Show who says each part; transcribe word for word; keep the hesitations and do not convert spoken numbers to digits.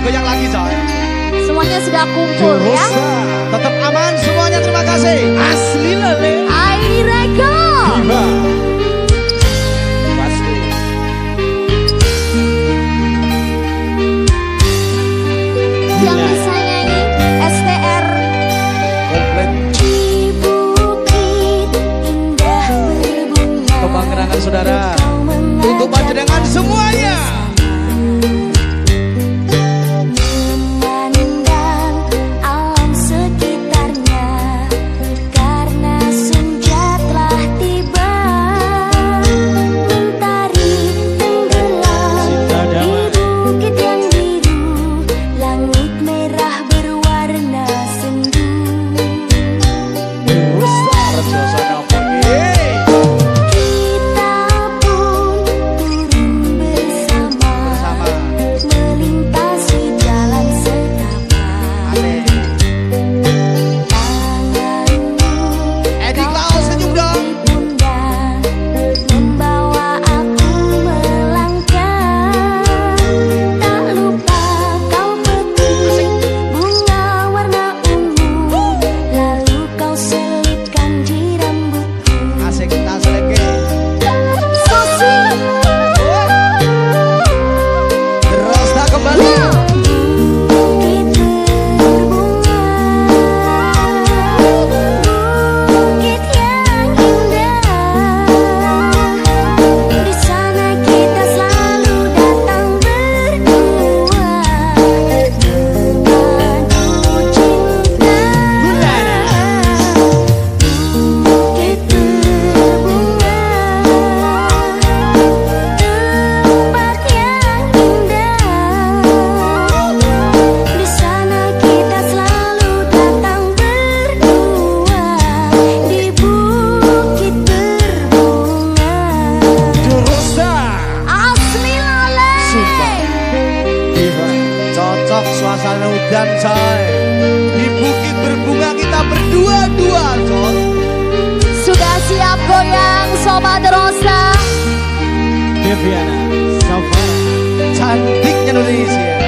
Speaker 1: goyang lagi coy.
Speaker 2: Semuanya sudah kumpul ya.
Speaker 1: Tetap aman semuanya, terima kasih. Asli lele.
Speaker 2: Aini Rego.
Speaker 1: Viva.
Speaker 2: Yang disayangi S T R.
Speaker 1: Komplit.
Speaker 2: Di bukit indah berbunga.
Speaker 1: Kembang kenangan saudara. Untuk panjenengan semuanya. Suasana hujan coy. Di bukit berbunga kita berdua-dua coy.
Speaker 2: Sudah siap goyang Sobat Rosa?
Speaker 1: Deviana Safari, cantiknya Indonesia.